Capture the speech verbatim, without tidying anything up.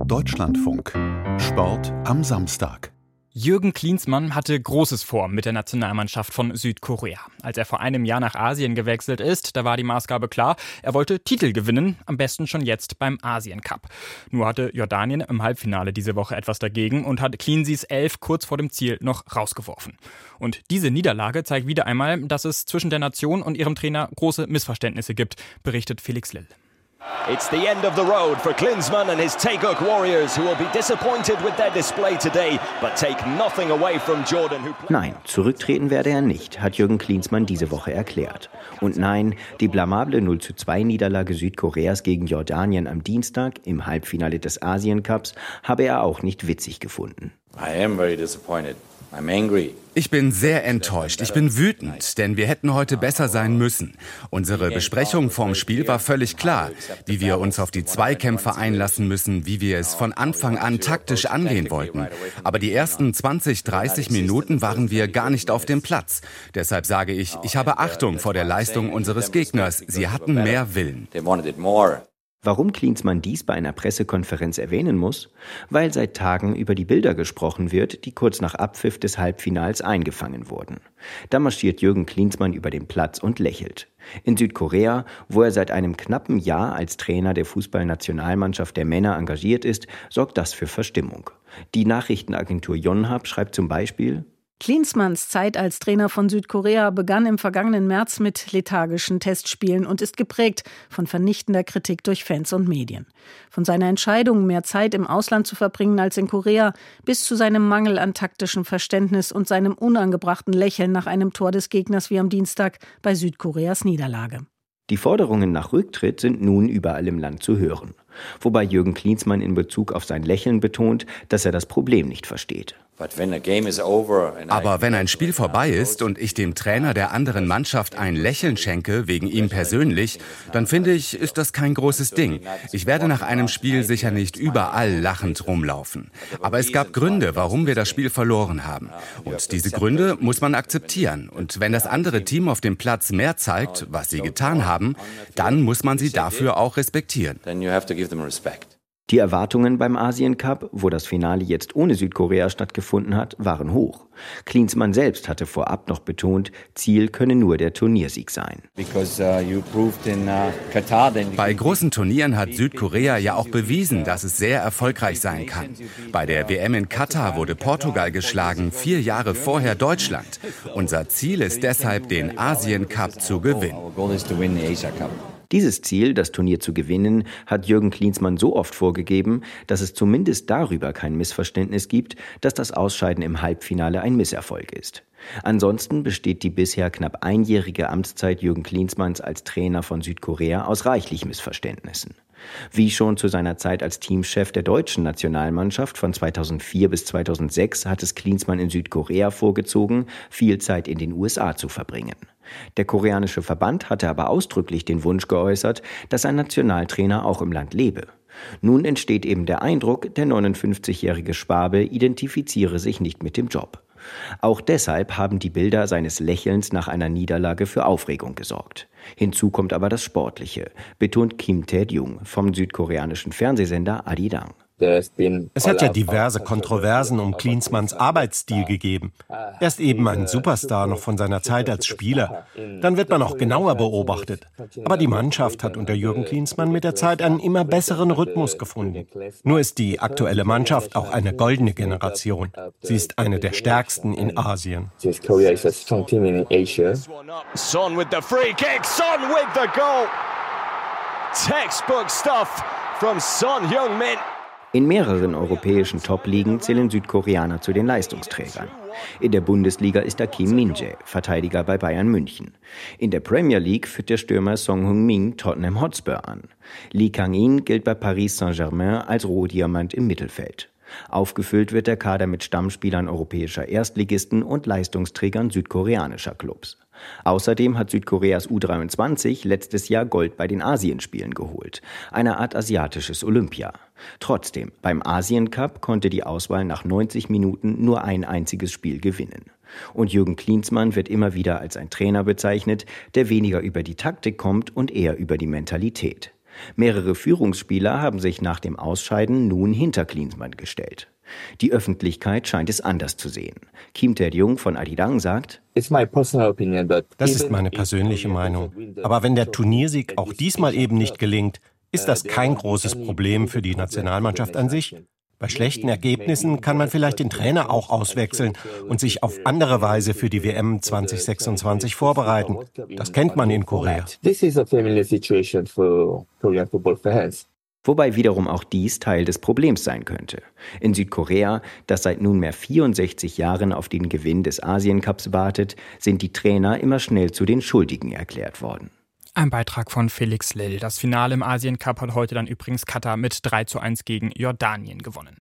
Deutschlandfunk. Sport am Samstag. Jürgen Klinsmann hatte Großes vor mit der Nationalmannschaft von Südkorea. Als er vor einem Jahr nach Asien gewechselt ist, da war die Maßgabe klar, er wollte Titel gewinnen, am besten schon jetzt beim Asien-Cup. Nur hatte Jordanien im Halbfinale diese Woche etwas dagegen und hat Cleansees Elf kurz vor dem Ziel noch rausgeworfen. Und diese Niederlage zeigt wieder einmal, dass es zwischen der Nation und ihrem Trainer große Missverständnisse gibt, berichtet Felix Lill. It's the end of the road for Klinsmann and his Taeguk Warriors, who will be disappointed with their display today, but take nothing away from Jordan. Who Nein, zurücktreten werde er nicht, hat Jürgen Klinsmann diese Woche erklärt. Und nein, die blamable null zu zwei Niederlage Südkoreas gegen Jordanien am Dienstag im Halbfinale des Asien-Cups habe er auch nicht witzig gefunden. I am very disappointed. I'm angry. Ich bin sehr enttäuscht. Ich bin wütend, denn wir hätten heute besser sein müssen. Unsere Besprechung vorm Spiel war völlig klar, wie wir uns auf die Zweikämpfe einlassen müssen, wie wir es von Anfang an taktisch angehen wollten. Aber die ersten zwanzig, dreißig Minuten waren wir gar nicht auf dem Platz. Deshalb sage ich, ich habe Achtung vor der Leistung unseres Gegners. Sie hatten mehr Willen. Warum Klinsmann dies bei einer Pressekonferenz erwähnen muss? Weil seit Tagen über die Bilder gesprochen wird, die kurz nach Abpfiff des Halbfinals eingefangen wurden. Da marschiert Jürgen Klinsmann über den Platz und lächelt. In Südkorea, wo er seit einem knappen Jahr als Trainer der Fußballnationalmannschaft der Männer engagiert ist, sorgt das für Verstimmung. Die Nachrichtenagentur Yonhap schreibt zum Beispiel: Klinsmanns Zeit als Trainer von Südkorea begann im vergangenen März mit lethargischen Testspielen und ist geprägt von vernichtender Kritik durch Fans und Medien. Von seiner Entscheidung, mehr Zeit im Ausland zu verbringen als in Korea, bis zu seinem Mangel an taktischem Verständnis und seinem unangebrachten Lächeln nach einem Tor des Gegners wie am Dienstag bei Südkoreas Niederlage. Die Forderungen nach Rücktritt sind nun überall im Land zu hören. Wobei Jürgen Klinsmann in Bezug auf sein Lächeln betont, dass er das Problem nicht versteht. Aber wenn ein Spiel vorbei ist und ich dem Trainer der anderen Mannschaft ein Lächeln schenke, wegen ihm persönlich, dann finde ich, ist das kein großes Ding. Ich werde nach einem Spiel sicher nicht überall lachend rumlaufen. Aber es gab Gründe, warum wir das Spiel verloren haben. Und diese Gründe muss man akzeptieren. Und wenn das andere Team auf dem Platz mehr zeigt, was sie getan haben, dann muss man sie dafür auch respektieren. Die Erwartungen beim Asien-Cup, wo das Finale jetzt ohne Südkorea stattgefunden hat, waren hoch. Klinsmann selbst hatte vorab noch betont, Ziel könne nur der Turniersieg sein. Bei großen Turnieren hat Südkorea ja auch bewiesen, dass es sehr erfolgreich sein kann. Bei der W M in Katar wurde Portugal geschlagen, vier Jahre vorher Deutschland. Unser Ziel ist deshalb, den Asien-Cup zu gewinnen. Dieses Ziel, das Turnier zu gewinnen, hat Jürgen Klinsmann so oft vorgegeben, dass es zumindest darüber kein Missverständnis gibt, dass das Ausscheiden im Halbfinale ein Misserfolg ist. Ansonsten besteht die bisher knapp einjährige Amtszeit Jürgen Klinsmanns als Trainer von Südkorea aus reichlich Missverständnissen. Wie schon zu seiner Zeit als Teamchef der deutschen Nationalmannschaft von zweitausendvier bis zweitausendsechs hat es Klinsmann in Südkorea vorgezogen, viel Zeit in den U S A zu verbringen. Der koreanische Verband hatte aber ausdrücklich den Wunsch geäußert, dass ein Nationaltrainer auch im Land lebe. Nun entsteht eben der Eindruck, der neunundfünfzigjährige Schwabe identifiziere sich nicht mit dem Job. Auch deshalb haben die Bilder seines Lächelns nach einer Niederlage für Aufregung gesorgt. Hinzu kommt aber das Sportliche, betont Kim Tae-jung vom südkoreanischen Fernsehsender Arirang. Es hat ja diverse Kontroversen um Klinsmanns Arbeitsstil gegeben. Er ist eben ein Superstar noch von seiner Zeit als Spieler. Dann wird man auch genauer beobachtet. Aber die Mannschaft hat unter Jürgen Klinsmann mit der Zeit einen immer besseren Rhythmus gefunden. Nur ist die aktuelle Mannschaft auch eine goldene Generation. Sie ist eine der stärksten in Asien. Son with the free kick, Son with the goal. Textbook stuff from Son Heung-min. In mehreren europäischen Top-Ligen zählen Südkoreaner zu den Leistungsträgern. In der Bundesliga ist da Kim Min-jae, Verteidiger bei Bayern München. In der Premier League führt der Stürmer Song Heung-min Tottenham Hotspur an. Lee Kang-in gilt bei Paris Saint-Germain als Rohdiamant im Mittelfeld. Aufgefüllt wird der Kader mit Stammspielern europäischer Erstligisten und Leistungsträgern südkoreanischer Clubs. Außerdem hat Südkoreas U dreiundzwanzig letztes Jahr Gold bei den Asienspielen geholt, eine Art asiatisches Olympia. Trotzdem, beim Asien-Cup konnte die Auswahl nach neunzig Minuten nur ein einziges Spiel gewinnen. Und Jürgen Klinsmann wird immer wieder als ein Trainer bezeichnet, der weniger über die Taktik kommt und eher über die Mentalität. Mehrere Führungsspieler haben sich nach dem Ausscheiden nun hinter Klinsmann gestellt. Die Öffentlichkeit scheint es anders zu sehen. Kim Tae-jung von Arirang sagt: Das ist meine persönliche Meinung. Aber wenn der Turniersieg auch diesmal eben nicht gelingt, ist das kein großes Problem für die Nationalmannschaft an sich. Bei schlechten Ergebnissen kann man vielleicht den Trainer auch auswechseln und sich auf andere Weise für die W M zwanzig sechsundzwanzig vorbereiten. Das kennt man in Korea. Wobei wiederum auch dies Teil des Problems sein könnte. In Südkorea, das seit nunmehr vierundsechzig Jahren auf den Gewinn des Asiencups wartet, sind die Trainer immer schnell zu den Schuldigen erklärt worden. Ein Beitrag von Felix Lill. Das Finale im Asiencup hat heute dann übrigens Katar mit drei zu eins gegen Jordanien gewonnen.